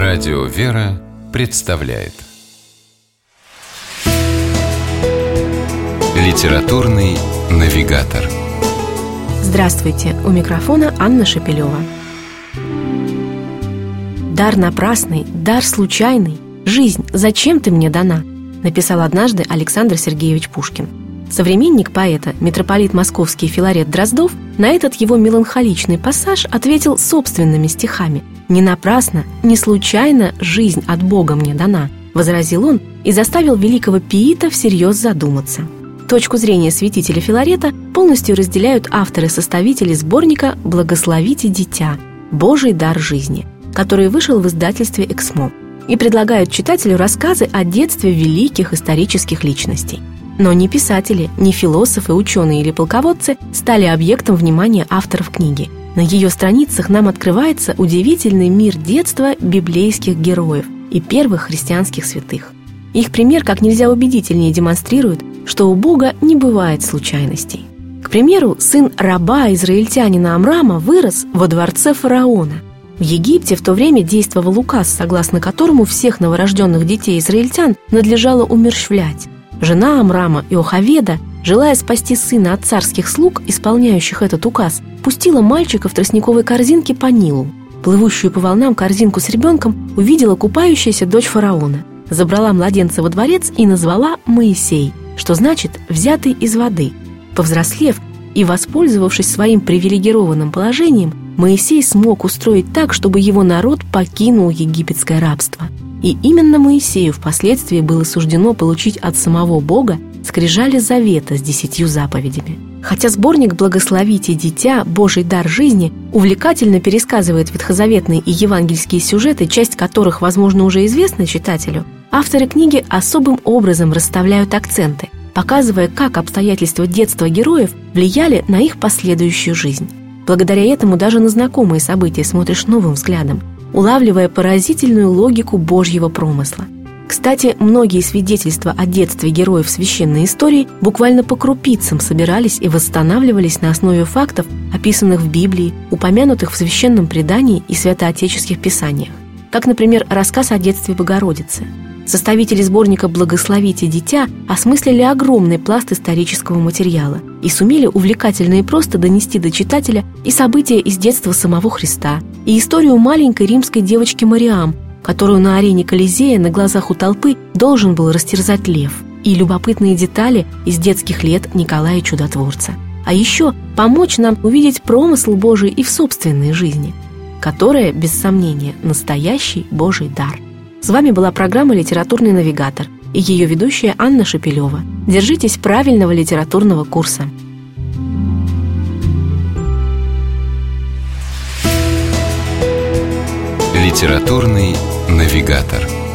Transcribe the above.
Радио «Вера» представляет Литературный навигатор. Здравствуйте, у микрофона Анна Шепелева. «Дар напрасный, дар случайный, жизнь, зачем ты мне дана?» написал однажды Александр Сергеевич Пушкин. Современник поэта, митрополит московский Филарет Дроздов, на этот его меланхоличный пассаж ответил собственными стихами: «Не напрасно, не случайно жизнь от Бога мне дана», возразил он и заставил великого пиита всерьез задуматься. Точку зрения святителя Филарета полностью разделяют авторы-составители сборника «Благословите дитя. Божий дар жизни», который вышел в издательстве «Эксмо», и предлагают читателю рассказы о детстве великих исторических личностей. Но ни писатели, ни философы, ученые или полководцы стали объектом внимания авторов книги. На ее страницах нам открывается удивительный мир детства библейских героев и первых христианских святых. Их пример как нельзя убедительнее демонстрирует, что у Бога не бывает случайностей. К примеру, сын раба-израильтянина Амрама вырос во дворце фараона. В Египте в то время действовал указ, согласно которому всех новорожденных детей израильтян надлежало умерщвлять. Жена Амрама, Иохаведа, желая спасти сына от царских слуг, исполняющих этот указ, пустила мальчика в тростниковой корзинке по Нилу. Плывущую по волнам корзинку с ребенком увидела купающаяся дочь фараона, забрала младенца во дворец и назвала Моисей, что значит «взятый из воды». Повзрослев и воспользовавшись своим привилегированным положением, Моисей смог устроить так, чтобы его народ покинул египетское рабство. И именно Моисею впоследствии было суждено получить от самого Бога скрижали завета с 10 заповедями. Хотя сборник «Благословите дитя. Божий дар жизни» увлекательно пересказывает ветхозаветные и евангельские сюжеты, часть которых, возможно, уже известна читателю, авторы книги особым образом расставляют акценты, показывая, как обстоятельства детства героев влияли на их последующую жизнь. Благодаря этому даже на знакомые события смотришь новым взглядом, улавливая поразительную логику Божьего промысла. Кстати, многие свидетельства о детстве героев священной истории буквально по крупицам собирались и восстанавливались на основе фактов, описанных в Библии, упомянутых в священном предании и святоотеческих писаниях. Как, например, рассказ о детстве Богородицы. Составители сборника «Благословите дитя» осмыслили огромный пласт исторического материала и сумели увлекательно и просто донести до читателя и события из детства самого Христа, и историю маленькой римской девочки Мариам, которую на арене Колизея на глазах у толпы должен был растерзать лев, и любопытные детали из детских лет Николая Чудотворца. А еще помочь нам увидеть промысл Божий и в собственной жизни, которая, без сомнения, настоящий Божий дар. С вами была программа «Литературный навигатор» и ее ведущая Анна Шепелева. Держитесь правильного литературного курса. Литературный навигатор.